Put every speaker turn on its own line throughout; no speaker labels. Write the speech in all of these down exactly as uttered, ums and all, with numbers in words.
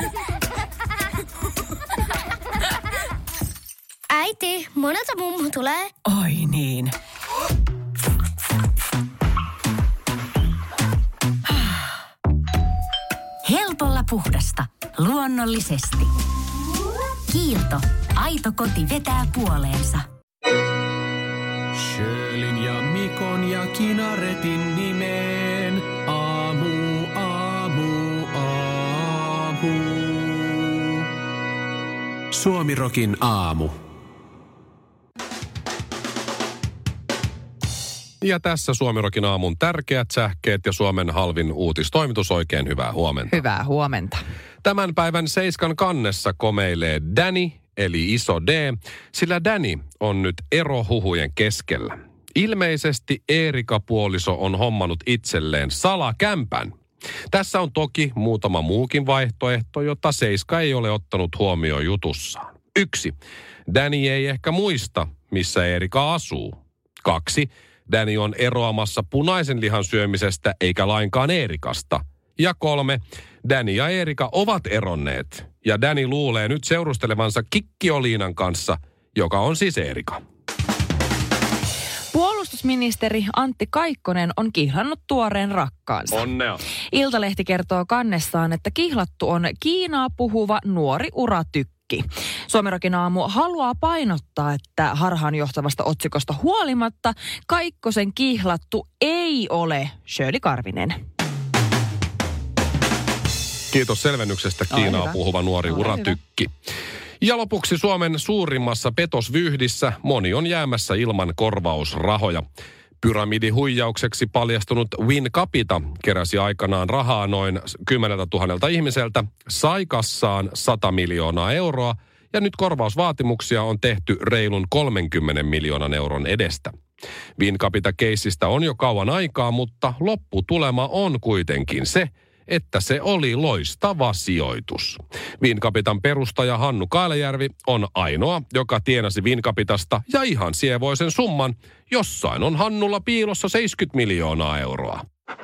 Äiti, monelta mummu tulee?
Oi niin. Helpolla puhdasta. Luonnollisesti. Kiilto. Aito koti vetää puoleensa.
Sjölin ja Mikon ja Kinaretin nimeen. Aamu, aamu, aamu. Suomirokin aamu.
Ja tässä Suomirokin aamun tärkeät sähkeet ja Suomen halvin uutistoimitus. Oikein hyvää huomenta.
Hyvää huomenta.
Tämän päivän Seiskan kannessa komeilee Danny, eli iso D, sillä Danny on nyt erohuhujen keskellä. Ilmeisesti Eerika-puoliso on hommannut itselleen salakämpän. Tässä on toki muutama muukin vaihtoehto, jota Seiska ei ole ottanut huomioon jutussaan. Yksi. Danny ei ehkä muista, missä Eerika asuu. Kaksi. Danny on eroamassa punaisen lihan syömisestä eikä lainkaan Eerikasta. Ja kolme. Danny ja Eerika ovat eronneet. Ja Danny luulee nyt seurustelevansa Kikki-Oliinan kanssa, joka on siis Eerika.
Puolustusministeri Antti Kaikkonen on kihlannut tuoreen rakkaansa.
Onnea.
Iltalehti kertoo kannessaan, että kihlattu on Kiinaa puhuva nuori uratykki. Suomirokin aamu haluaa painottaa, että harhaanjohtavasta otsikosta huolimatta Kaikkosen kihlattu ei ole Shirley Karvinen.
Kiitos selvennyksestä, Kiinaa puhuva nuori Ole uratykki. Hyvä. Ja lopuksi Suomen suurimmassa petosvyyhdissä moni on jäämässä ilman korvausrahoja. Pyramidihuijaukseksi paljastunut WinCapita keräsi aikanaan rahaa noin kymmeneltä tuhannelta ihmiseltä, sai kassaan sata miljoonaa euroa ja nyt korvausvaatimuksia on tehty reilun kolmenkymmenen miljoonan euron edestä. WinCapita-keissistä on jo kauan aikaa, mutta lopputulema on kuitenkin se, että se oli loistava sijoitus. WinCapitan perustaja Hannu Kailajärvi on ainoa, joka tienasi WinCapitasta ja ihan sievoisen summan. Jossain on Hannulla piilossa seitsemänkymmentä miljoonaa euroa.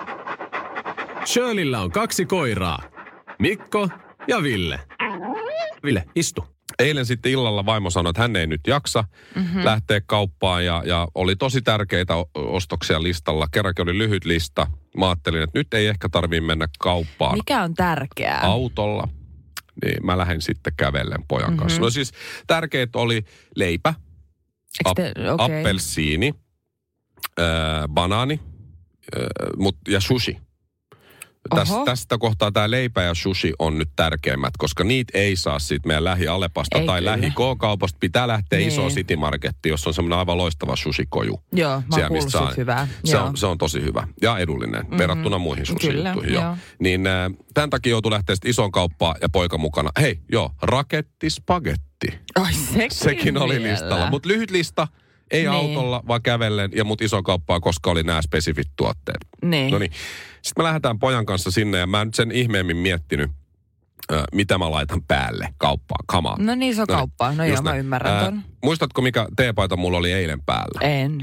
Shirleyllä on kaksi koiraa. Mikko ja Ville. Ville, istu.
Eilen sitten illalla vaimo sanoi, että hän ei nyt jaksa mm-hmm. lähteä kauppaan ja, ja oli tosi tärkeitä ostoksia listalla. Kerrankin oli lyhyt lista. Mä ajattelin, että nyt ei ehkä tarvitse mennä kauppaan.
Mikä on tärkeää?
Autolla. Niin mä lähdin sitten kävellen pojan mm-hmm. kanssa. No siis tärkeät oli leipä,
te,
ap-
okay.
appelsiini, äh, banaani äh, mut, ja sushi. Tästä, tästä kohtaa tämä leipä ja sushi on nyt tärkeimmät, koska niitä ei saa siitä meidän lähi-Alepasta ei tai lähi-K-kaupasta. Pitää lähteä niin. isoon City Markettiin, jossa on semmoinen aivan loistava sushikoju.
Joo, mä oon kuullut siitä hyvää.
Se on, se on tosi hyvä ja edullinen mm-hmm. verrattuna muihin sushi-juttuihin. Joo. Niin äh, tämän takia joutui lähteä sitten isoon kauppaan ja poika mukana. Hei, joo, raketti spagetti.
Ai sekin
Sekin oli
vielä.
listalla, mutta lyhyt lista. Ei niin. autolla, vaan kävellen ja mut iso kauppaa, koska oli nämä spesifit tuotteet.
Niin.
No niin. Sitten me lähdetään pojan kanssa sinne ja mä en nyt sen ihmeemmin miettinyt, äh, mitä mä laitan päälle kauppaan, kamaan.
No niin, se on no kauppaa. No joo, mä ymmärrän ton. Äh,
muistatko, mikä teepaita mulla oli eilen päällä?
En.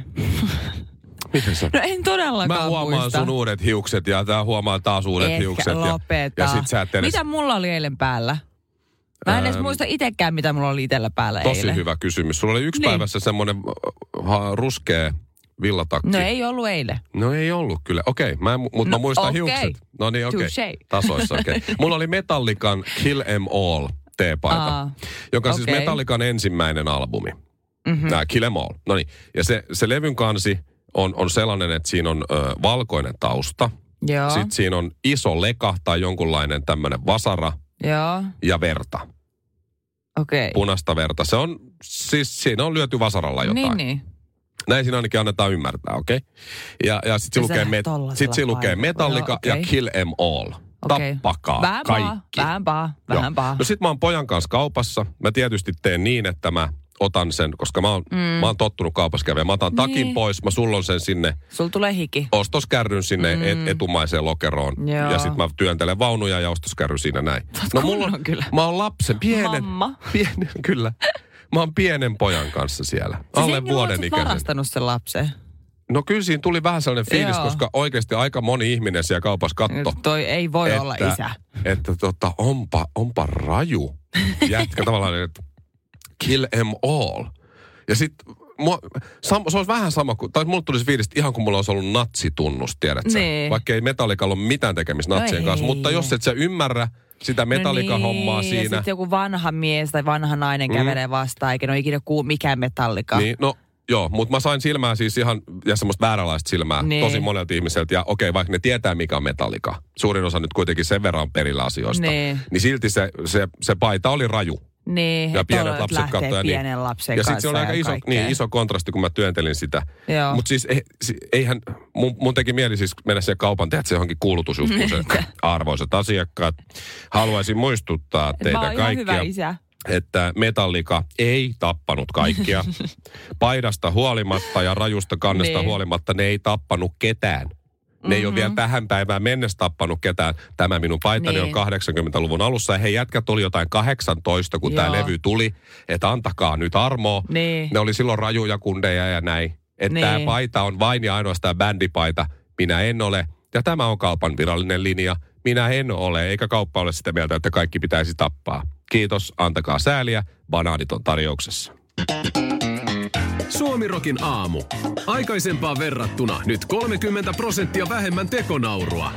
Miten se?
No en todellakaan
Mä huomaan
muista.
sun uudet hiukset ja tää huomaa taas uudet
Ehkä
hiukset.
lopeta.
Ja, ja sit sä et edes...
Mitä mulla oli eilen päällä? Mä en edes muista itsekään, mitä mulla oli itsellä päällä
Tosi
eilen.
hyvä kysymys. Sulla oli yksi niin. päivässä semmoinen ha, ruskea villatakki.
No ei ollut eilen.
No ei ollut kyllä. Okei, okay, mutta no, mä muistan okay. hiukset. No niin, okei. Okay. Tasoissa, okei. Okay. Mulla oli Metallican Kill Em All teepaita, Aa, joka on okay. siis Metallican ensimmäinen albumi. Mm-hmm. Nää Kill Em All. No niin, ja se, se levyn kansi on, on sellainen, että siinä on ö, valkoinen tausta.
Joo.
Sitten siinä on iso leka tai jonkunlainen tämmöinen vasara.
Joo.
Ja verta.
Okei. Okay.
Punaista verta. Se on, siis siinä on lyöty vasaralla jotain.
Niin, niin.
Näin siinä ainakin annetaan ymmärtää, okei? Okay? Ja, ja sitten se, lukee, met- sit se lukee Metallica no, okay. ja Kill Em All. Okay. Tappakaa vähän kaikki.
Vähän paa, vähän paa.
No sit mä oon pojan kanssa kaupassa. Mä tietysti teen niin, että mä otan sen, koska mä oon, mm. mä oon tottunut kaupassa käymään. Mä otan niin. takin pois, mä sullon sen sinne.
Sul tulee hiki.
Ostoskärryn sinne mm. et, etumaiseen lokeroon. Joo. Ja sit mä työntelen vaunuja ja ostoskärry siinä näin.
No mulla on kyllä.
Mä oon lapsen, pienen.
Mamma.
Pienen, kyllä. Mä oon pienen pojan kanssa siellä.
Siis
alle vuoden ikäisen.
Siis varastanut sen lapsen?
No kyllä siinä tuli vähän sellainen fiilis,
Joo.
koska oikeasti aika moni ihminen siellä kaupassa katto.
Toi ei voi
että,
olla isä.
Että tota, onpa, onpa raju jätkä tavallaan, että kill em all. Ja sitten se olisi vähän sama kuin, tai mulle tulisi fiilis, ihan kuin mulla olisi ollut natsitunnus, tiedätkö?
Niin.
Vaikka ei Metallicalla ole mitään tekemistä natsien
No
kanssa,
ei.
mutta jos et sä ymmärrä sitä Metallica-hommaa
no niin,
siinä.
Ja sitten joku vanha mies tai vanha nainen mm. kävelee vastaan, eikä ne ole ikinä kuulu mikään Metallica.
Niin, no joo, mutta mä sain silmää siis ihan, ja semmoista vääränlaista silmää
niin.
tosi monelta ihmiseltä. Ja okei, vaikka ne tietää mikä on Metallica, suurin osa nyt kuitenkin sen verran on perillä asioista, niin, niin silti se, se, se paita oli raju.
Niin,
ja pienet lapset katsoi.
Pienen
niin.
lapsen
ja
kanssa.
Ja sitten se oli aika iso, niin, iso kontrasti, kun mä työntelin sitä. Mutta siis eihän, mun, mun teki mieli siis mennä siihen kaupan, tehdä se johonkin kuulutusjuttuun. Arvoisat asiakkaat, haluaisin muistuttaa teitä kaikkia, että Metallica ei tappanut kaikkia. Paidasta huolimatta ja rajusta kannesta niin. huolimatta ne ei tappanut ketään. Ne ei mm-hmm. ole vielä tähän päivään mennessä tappanut ketään. Tämä minun paitani niin. on kahdeksankymmentäluvun alussa. Ja hei, jätkät oli jotain kahdeksantoista, kun tämä levy tuli. Että antakaa nyt armoa.
Niin.
Ne oli silloin rajuja kundeja ja näin. Että niin. tämä paita on vain ja ainoastaan bändipaita. Minä en ole. Ja tämä on kaupan virallinen linja. Minä en ole. Eikä kauppa ole sitä mieltä, että kaikki pitäisi tappaa. Kiitos, antakaa sääliä. Banaanit on tarjouksessa.
Suomirokin aamu. Aikaisempaan verrattuna nyt kolmekymmentä prosenttia vähemmän tekonaurua.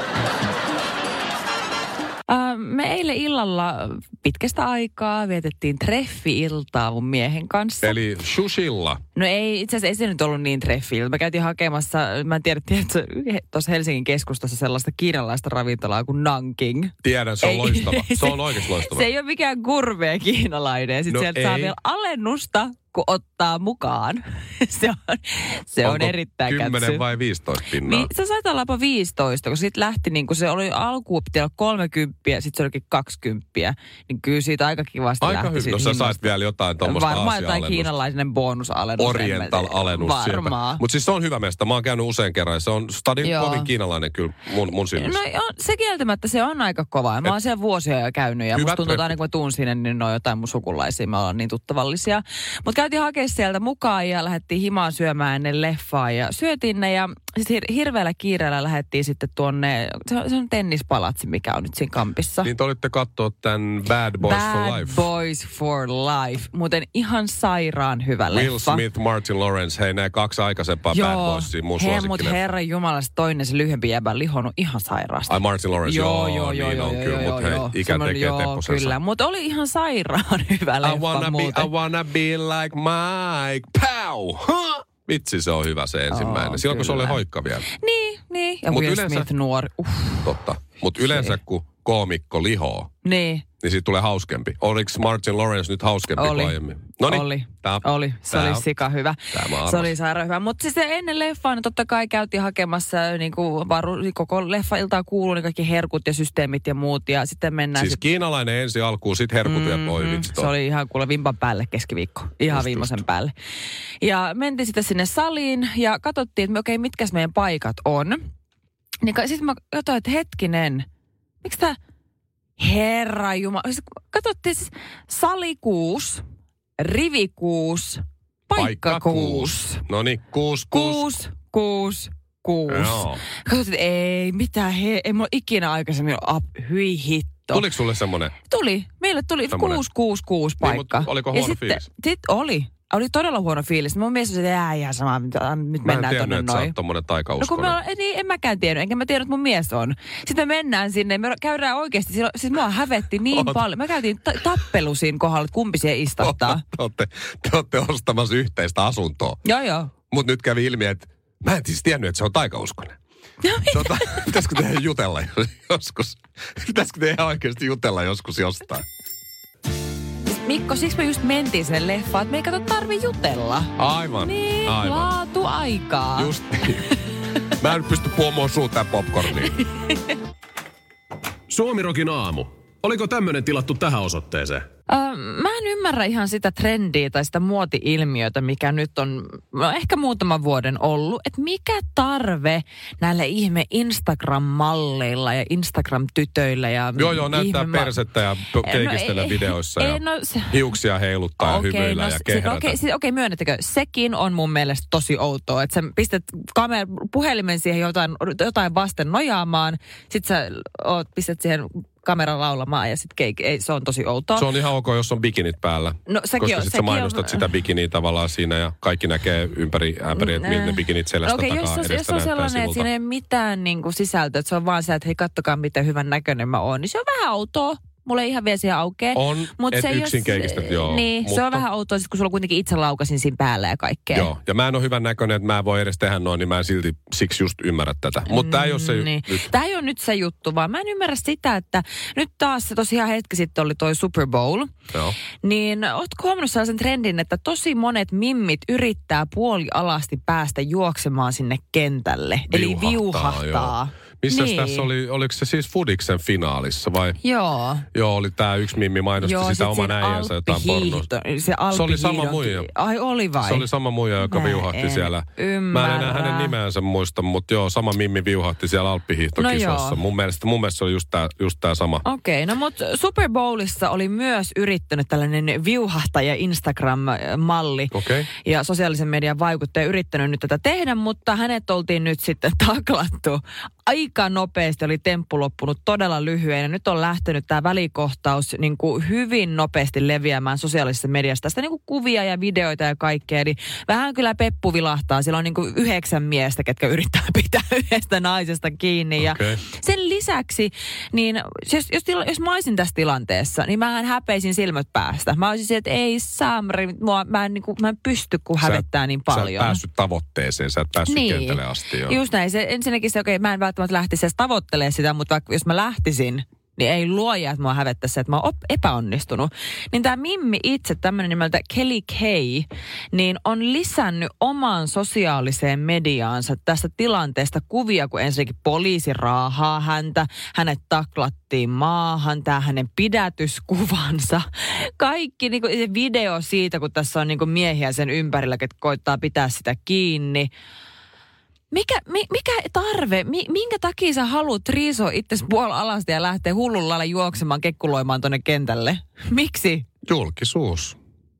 Äh, me eilen illalla pitkästä aikaa vietettiin treffi-iltaa mun miehen kanssa.
Eli sushilla.
No ei, itse asiassa ei se nyt ollut niin treffi. Mä käytiin hakemassa, mä en tiedä, tiedätkö, tuossa Helsingin keskustassa sellaista kiinalaista ravintolaa kuin Nanking.
Tiedän, se on ei, loistava. Se on oikeasti loistava.
Se ei ole mikään kurvea kiinalainen. Sitten no sieltä ei. saa vielä alennusta, kun ottaa mukaan. se on, se on erittäin kätsy.
kymmenen vai viisitoista pinnaa?
Niin, se saitaa olla jopa viisitoista, kun siitä lähti niin kun se oli alkuun piti olla kolmekymppiä, sitten se olikin kaksikymmentä. Niin kyllä siitä aika kivasti
aika
lähti.
Aika hyvä, no sä sait vielä jotain tuommoista Aasia-alennusta.
Varmaan jotain kiinalainen bonusalennus.
Oriental-alennus
varmaan.
Mutta siis se on hyvä meistä. Mä oon käynyt usein kerran ja se on stadin kovin kiinalainen kyllä mun, mun silmissä.
No joo, se kieltämättä se on aika kova. Mä oon siellä vuosia jo käynyt ja musta tuntuu, että aina kun mä tuun sinne, niin ne on jotain mun sukulaisia. Me ollaan niin tuttavallisia. Mutta käytiin hakea sieltä mukaan ja lähdettiin himaan syömään ennen leffaa ja syötiin ne ja sitten hir- hirveällä kiireellä lähdettiin sitten tuonne, se on, se on tennispalatsi, mikä on nyt siinä kampissa.
Niin te olitte katsoa tämän Bad Boys
Bad
for Life.
Bad Boys for Life. Muuten ihan sairaan hyvä
Will
leffa.
Will Smith, Martin Lawrence, hei nämä kaksi aikaisempaa
joo,
Bad Boysia, mun
he, mutta herran jumala, se toinen, se lyhyempi jäbä lihonnut ihan sairaasti.
Ai Martin Lawrence, joo,
joo, joo,
niin
joo,
on
joo,
kyllä,
joo,
mutta hei,
joo,
ikä tekee
joo,
tepposensa.
Kyllä, mutta oli ihan sairaan hyvä leffa
I wanna
muuten.
Be, I wanna be like Mike, pow! Huh? Vitsi, se on hyvä se ensimmäinen. Oh, silloin kun se oli hoikka vielä.
Niin, niin. Ja
Mut
Will
yleensä,
Smith nuori. Uh.
Totta. Mutta yleensä kun koomikko lihoo,
niin.
niin siitä tulee hauskempi. Oliko Martin Lawrence nyt hauskempi
oli.
kuin aiemmin? Noniin.
Oli.
Tää,
oli. Se
tää,
oli sika hyvä. Se oli sairaan hyvä. Mutta siis ennen leffaa, niin totta kai käytiin hakemassa niin kuin varu, koko leffa-iltaa kuuluu niin kaikki herkut ja systeemit ja muut. Ja sitten mennään...
Siis
sit...
kiinalainen ensi alkuun, sit herkut ja voi
mm,
vitsi.
Se oli ihan kuule vimpan päälle keskiviikko. Ihan just, viimeisen just. päälle. Ja mentiin sitten sinne saliin ja katsottiin, että okei, okay, mitkäs meidän paikat on. Niin sitten mä katsoin, että hetkinen, miksi tää... Herra Jumala. Katsottiin siis sali kuusi, rivi kuusi, paikka, paikka kuusi.
No niin, kuusi, kuusi.
Kuusi, kuusi, kuusi.
Joo.
Katsottiin, että ei, mitä he, ei mulla ikinä aikaisemmin ole, hyi hitto.
Tuliko sulle semmoinen?
Tuli. Meille tuli semmoinen. kuusi, kuusi, kuusi paikka.
Niin, oliko huono fiilis?
Sitten oli. Oli todella huono fiilis. Mun mies oli, että ihan sama, nyt mennään tonne noin.
Mä en tiennyt, että sä oot tommonen taikauskonen.
No kun me, niin, en mäkään tiennyt, enkä mä tiedä, että mun mies on. Sitten me mennään sinne, me käydään oikeasti, siis mua hävetti niin Oot. paljon. Me käytiin t- tappelu siinä kohdalla, että kumpi siihen istattaa.
Te olette, te olette ostamassa yhteistä asuntoa.
Joo, joo.
Mut nyt kävi ilmi, että mä en siis tiennyt, että se on taikauskonen.
No,
tota, pitäisikö tehdä jutella joskus? Pitäisikö tehdä oikeasti jutella joskus jostain?
Mikko, siksi me just mentiin sen leffaan, että me ei kato tarvi jutella.
Aivan,
niin,
aivan.
laatu aikaa.
Just niin. Mä en pysty puomaan suun tää popcorniin.
Suomirokin aamu. Oliko tämmönen tilattu tähän osoitteeseen?
Öö, mä en ymmärrä ihan sitä trendiä tai sitä muoti-ilmiötä, mikä nyt on no ehkä muutaman vuoden ollut. Että mikä tarve näillä ihme Instagram-malleilla ja Instagram-tytöillä ja
Joo, joo, näyttää
ihme-
persettä ja keikistellä
no,
videoissa
ei,
ja
no, se,
hiuksia heiluttaa
okay,
ja hymyillä
no,
ja
se-
kehrätä.
Okei, okay, okay, myönnettekö? Sekin on mun mielestä tosi outoa, että sä pistät kamer- puhelimen siihen jotain, jotain vasten nojaamaan, sit sä oot, pistät siihen kameran laulamaan ja sit keik- ei, se on tosi outoa.
Se on ihan ok, jos on bikinit päällä.
No, sekin
koska
on-
sit sä
sekin
mainostat
on-
sitä bikiniä tavallaan siinä ja kaikki näkee ympäri ämpäri, että miltä ne bikinit selästä
Okei,
takaa
jos, on-
edestä
jos on
näyttää
sellainen, että
sivulta.
siinä ei ole mitään niin kuin sisältöä, että se on vaan se, että hei, kattokaa miten hyvän näköinen mä oon, niin se on vähän outoa. Mulla ei ihan vielä siihen aukea.
On,
Mut
et
se ei
yksin
ole-
keikistät, joo.
Niin, se
mutta-
on vähän outoa, sit kun sulla on kuitenkin itse laukasin siinä päällä ja kaikkea.
Joo, ja mä en ole hyvän näköinen, että mä en voi edes tehdä noin, niin mä en silti siksi just ymmärrä tätä. Mutta tää ei ole se ju-
Niin.
nyt.
Tämä ei ole nyt se juttu, vaan mä en ymmärrä sitä, että nyt taas se tosiaan hetki sitten oli toi Super Bowl.
Joo.
Niin ootko huomannut sellaisen trendin, että tosi monet mimmit yrittää puolialasti päästä juoksemaan sinne kentälle. Eli
Viuhahtaa,
viuhahtaa.
Missä
Niin.
tässä oli, oliko se siis Fudiksen finaalissa vai?
Joo.
Joo, oli tää yksi mimmi mainosti
Joo,
sitä
sit
oman
siinä
äijänsä jotain pornoa.
alppihiihto- Se,
Se oli sama
alppihiidonkin-
muija.
Ai oli vai?
Se oli sama muija, joka
Mä
viuhahti
en
siellä. Mä en
ymmärrä.
enää hänen nimeänsä muista, mutta joo, sama mimmi viuhahti siellä alppihiihtokisoissa.
No joo.
mun, mielestä, mun mielestä se oli just tää, just tää sama.
Okei, no mutta Super Bowlissa oli myös yrittänyt tällainen viuhahtaja Instagram-malli.
Okei.
Ja sosiaalisen median vaikuttaja yrittänyt nyt tätä tehdä, mutta hänet oltiin nyt sitten taklattu. Aika nopeasti oli temppu loppunut todella lyhyen. Ja nyt on lähtenyt tämä välikohtaus niin kuin hyvin nopeasti leviämään sosiaalisessa mediassa. Tästä niin kuin kuvia ja videoita ja kaikkea. Eli vähän kyllä peppu vilahtaa. Siellä on niin kuin yhdeksän miestä, ketkä yrittää pitää yhdestä naisesta kiinni. Ja
Okei.
sen lisäksi, niin jos, jos, tila- jos mä olisin tässä tilanteessa, niin mähän häpeisin silmät päästä. Mä olisin, että ei Samri, mua, mä, en, niin kuin, mä en pysty, kun
Sä et-
hävettää niin
Sä et
paljon.
päässyt tavoitteeseen, sä et päässyt
Niin.
kentälle asti. Joo.
Just näin. Se, ensinnäkin se, okei, okay, mä en välttämättä lähtisi edes tavoittelemaan sitä, mutta vaikka jos mä lähtisin, niin ei luoja, että mua hävettäisi se, että mä oon op- epäonnistunut. Niin tämä Mimmi itse, tämmöinen nimeltä Kelly Kay, niin on lisännyt omaan sosiaaliseen mediaansa tästä tilanteesta kuvia, kun ensinnäkin poliisi raahaa häntä, hänet taklattiin maahan, tämä hänen pidätyskuvansa. Kaikki niin kuin, se video siitä, kun tässä on niin kuin miehiä sen ympärillä, ketkä koittaa pitää sitä kiinni. Mikä, mi, mikä tarve, mi, minkä takia sä haluat riisoa itsesi puol alasti ja lähteä hullun lailla juoksemaan, kekkuloimaan tonne kentälle? Miksi?
Julkisuus.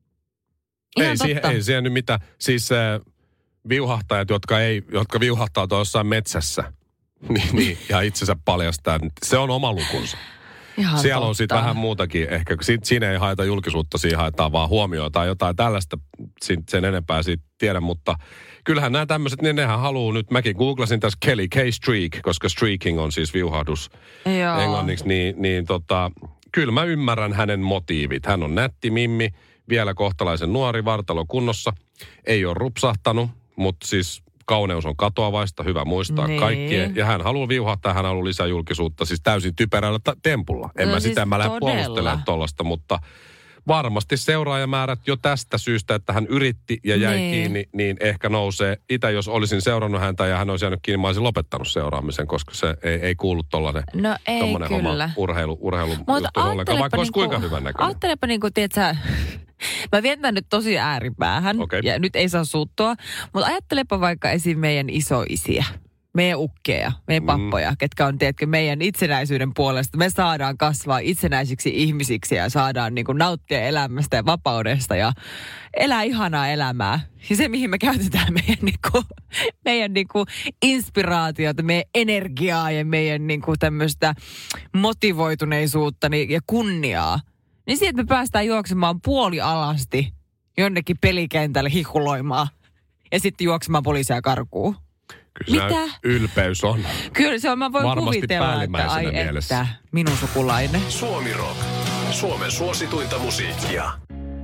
Ihan
Ei
totta.
siihen, ei siihen nyt mitään. Siis äh, viuhahtajat, jotka, ei, jotka viuhahtaa tuossa jossain metsässä niin, niin, ja itsensä paljastaa, se on oma lukunsa.
Ihan
Siellä
totta.
on sitten vähän muutakin ehkä. Sit, siinä ei haeta julkisuutta, siinä haetaan vaan huomioon tai jotain tällaista. Sin- sen enempää siitä tiedä, mutta kyllähän nämä tämmöiset, niin nehän haluaa nyt. Mäkin googlasin tässä Kelly Kay Streak, koska streaking on siis viuhahdus
Joo.
englanniksi. Niin, niin tota, kyllä mä ymmärrän hänen motiivit. Hän on nätti mimmi, vielä kohtalaisen nuori, vartalo kunnossa. Ei ole rupsahtanut, mutta siis kauneus on katoavaista, hyvä muistaa
Niin.
kaikkien. Ja hän haluaa viuhahtaa, hän haluaa lisää julkisuutta, siis täysin typerällä ta- tempulla. En
No
mä
siis
sitä, mä lähden
todella.
puolustelemaan tollasta, mutta varmasti seuraajamäärät jo tästä syystä, että hän yritti ja jäi
Niin.
kiinni, niin ehkä nousee. Itse jos olisin seurannut häntä ja hän olisi jäänyt kiinni, mä olisin lopettanut seuraamisen, koska se ei, ei kuulu tollainen
No ei
tommonen
kyllä.
homma urheilu, urheilu
Mutta
juttu ollenkaan,
ajattelepa
vaikka olisi
niinku,
kuinka hyvän näköinen.
ajattelepa niin kuin, tiedätkö, mä vietän nyt tosi ääripäähän
Okei.
ja nyt ei saa suuttua, mutta ajattelepa vaikka esim. Meidän isoisiä. Meidän ukkeja, meidän pappoja, mm. ketkä on, tiedätkö, meidän itsenäisyyden puolesta. Me saadaan kasvaa itsenäisiksi ihmisiksi ja saadaan niin kuin, nauttia elämästä ja vapaudesta ja elää ihanaa elämää. Ja se, mihin me käytetään meidän, niin kuin, meidän niin kuin, inspiraatiota, meidän energiaa ja meidän niin kuin, tämmöistä motivoituneisuutta niin, ja kunniaa. Niin siitä me päästään juoksemaan puolialasti jonnekin pelikentälle hikuloimaan ja sitten juoksemaan poliisia karkuun.
Kyllä se
Mitä?
ylpeys on.
Kyllä se on, mä voin
Varmasti
kuvitella, että
päällimmäisenä
ai
mielessä.
että, minun sukulainen.
Suomi Rock. Suomen suosituinta musiikkia.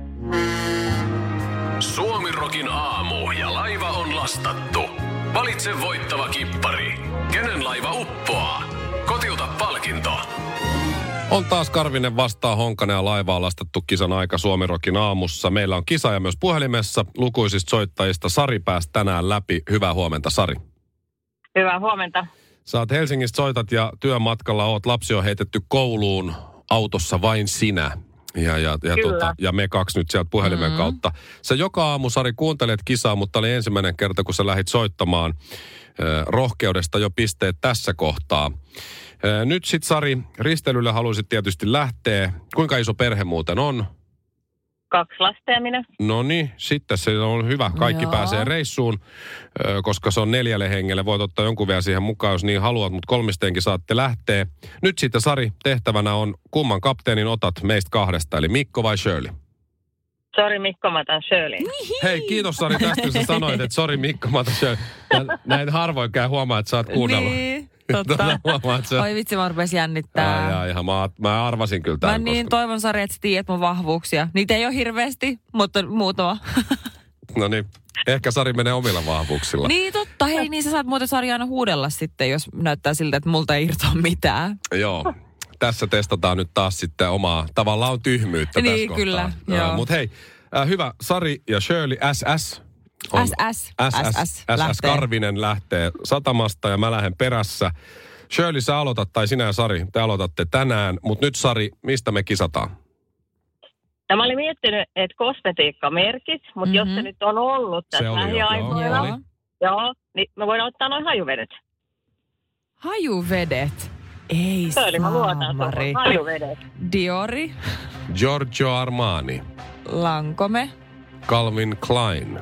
Suomi Rockin aamu ja laiva on lastattu. Valitse voittava kippari. Kenen laiva uppoaa? Kotiuta palkinto.
On taas Karvinen vastaa Honkanen ja laiva on lastattu kisan aika Suomi Rockin aamussa. Meillä on kisaaja myös puhelimessa. Lukuisista soittajista Sari pääsi tänään läpi. Hyvää huomenta, Sari.
Hyvää huomenta.
Sä oot Helsingistä, soitat ja työmatkalla oot. Lapsi on heitetty kouluun autossa vain sinä. Ja, ja, ja, tota, ja me kaksi nyt sieltä puhelimen mm-hmm. kautta. Sä joka aamu, Sari, kuuntelet kisaa, mutta oli ensimmäinen kerta, kun sä lähdit soittamaan äh, rohkeudesta jo pisteet tässä kohtaa. Äh, nyt sit, Sari, risteilylle haluaisit tietysti lähteä. Kuinka iso perhe muuten on?
Kaksi lasta ja minä.
No niin, sitten se on hyvä. Kaikki
Joo.
pääsee reissuun, koska se on neljälle hengelle. Voit ottaa jonkun vielä siihen mukaan, jos niin haluat, mutta kolmisteenkin saatte lähteä. Nyt sitten, Sari, tehtävänä on kumman kapteenin otat meistä kahdesta, eli Mikko vai Shirley?
Sori Mikko, mä otan Shirley.
Hei, kiitos Sari tästä, kun sä sanoit, että sori Mikko, mä otan Shirley. Näin harvoin käy huomaa, että sä oot kuunnellut.
Niin, totta.
Huomaa, että sä...
Oi vitsi, mä rupesin jännittää.
Ai, ai, ihan, mä, mä arvasin kyllä tämän.
Mä niin koska... toivon, Sari, että sä tiedät mun vahvuuksia. Niitä ei ole hirveästi, mutta muutama.
No niin, ehkä Sari menee omilla vahvuuksilla.
Niin totta, hei, niin sä saat muuten, Sari, aina huudella sitten, jos näyttää siltä, että multa ei irtoa mitään.
Joo, tässä testataan nyt taas sitten omaa tavallaan tyhmyyttä
niin,
tässä
kyllä,
kohtaa.
joo.
Uh, Mutta hei, uh, hyvä, Sari ja Shirley, S S. On,
S S,
S S, S S Karvinen lähtee satamasta ja mä lähden perässä. Shirley, sä aloitat, tai sinä ja Sari, te aloitatte tänään. Mutta nyt, Sari, mistä me kisataan?
Ja mä olin miettinyt, että kosmetiikkamerkit, mutta mm-hmm. jos se nyt on ollut tässä lähiaikoina,
joo,
joo. joo, niin me voidaan ottaa noin hajuvedet.
Hajuvedet? Ei
Shirley, mä luotan
Mari.
tuohon hajuvedet.
Diori.
Giorgio Armani.
Lancome.
Calvin Klein.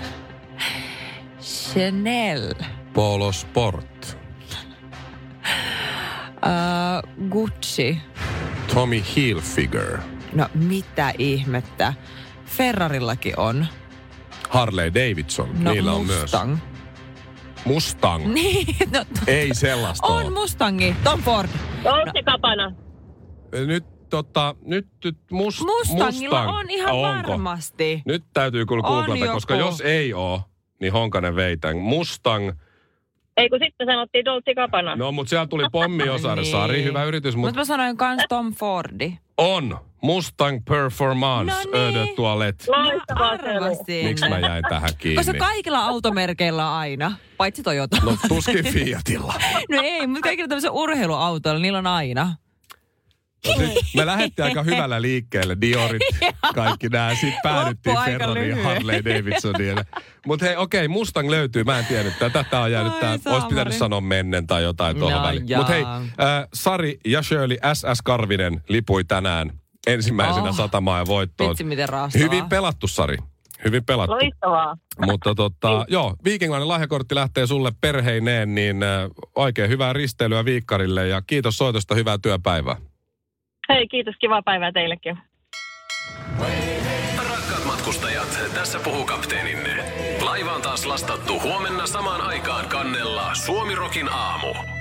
Chanel.
Polo Sport.
Uh, Gucci.
Tommy Hilfiger.
No mitä ihmettä. Ferrarillakin on.
Harley Davidson.
No,
Niillä on
Mustang.
myös. Mustang.
Niin, no,
Ei sellaista
on
ole.
Mustangi. Tom Ford.
Dolce Gabbana.
Nyt tota, nyt, nyt must,
Mustangilla
Mustang.
on ihan
Onko?
varmasti.
Nyt täytyy kyllä
On
googlata,
joku.
koska jos ei oo, niin Honkanen veitän. Mustang.
Ei kun sitten sanottiin Dolce Gabbana.
No, mutta siellä tuli pommi osare.
Niin.
Sari, hyvä yritys,
Mutta
mutta
mä sanoin kans Tom Fordi.
on. Mustang Performance
No niin.
Eau de Toilette.
Loistavaa, Shirley.
Arvasin.
Miksi mä jäin tähän kiinni?
Koska kaikilla automerkeillä on aina, paitsi Toyota.
No tuskin Fiatilla.
No ei, mutta kaikilla tämmöisillä urheiluautoilla, niillä on aina.
No sit me lähdettiin aika hyvällä liikkeelle. Diorit, kaikki nämä. Sitten päädyttiin
Loppu aika
Ferrariin ja
lyhyen.
Harley Davidsoniin. Mutta hei, okei, Mustang löytyy. Mä en tiennyt. Tätä on jäänyt.
Ai,
Tää, olisi
saamari.
pitänyt sanoa mennen tai jotain tuohon
No
väliin.
jaa.
Mutta hei, äh, Sari ja Shirley, S S Karvinen lipui tänään ensimmäisenä
Oh.
satamaan ja voittoon.
Vitsi, miten raastavaa.
Hyvin pelattu, Sari. Hyvin pelattu.
Loistavaa.
Mutta tota, joo, viikingilainen lahjakortti lähtee sulle perheineen, niin äh, oikein hyvää risteilyä Viikkarille ja kiitos soitosta, hyvää työpäivää.
Hei, kiitos. Kivaa päivää teillekin.
Rakkaat matkustajat, tässä puhuu kapteeninne. Laiva on taas lastattu huomenna samaan aikaan kannella Suomi Rokin aamu.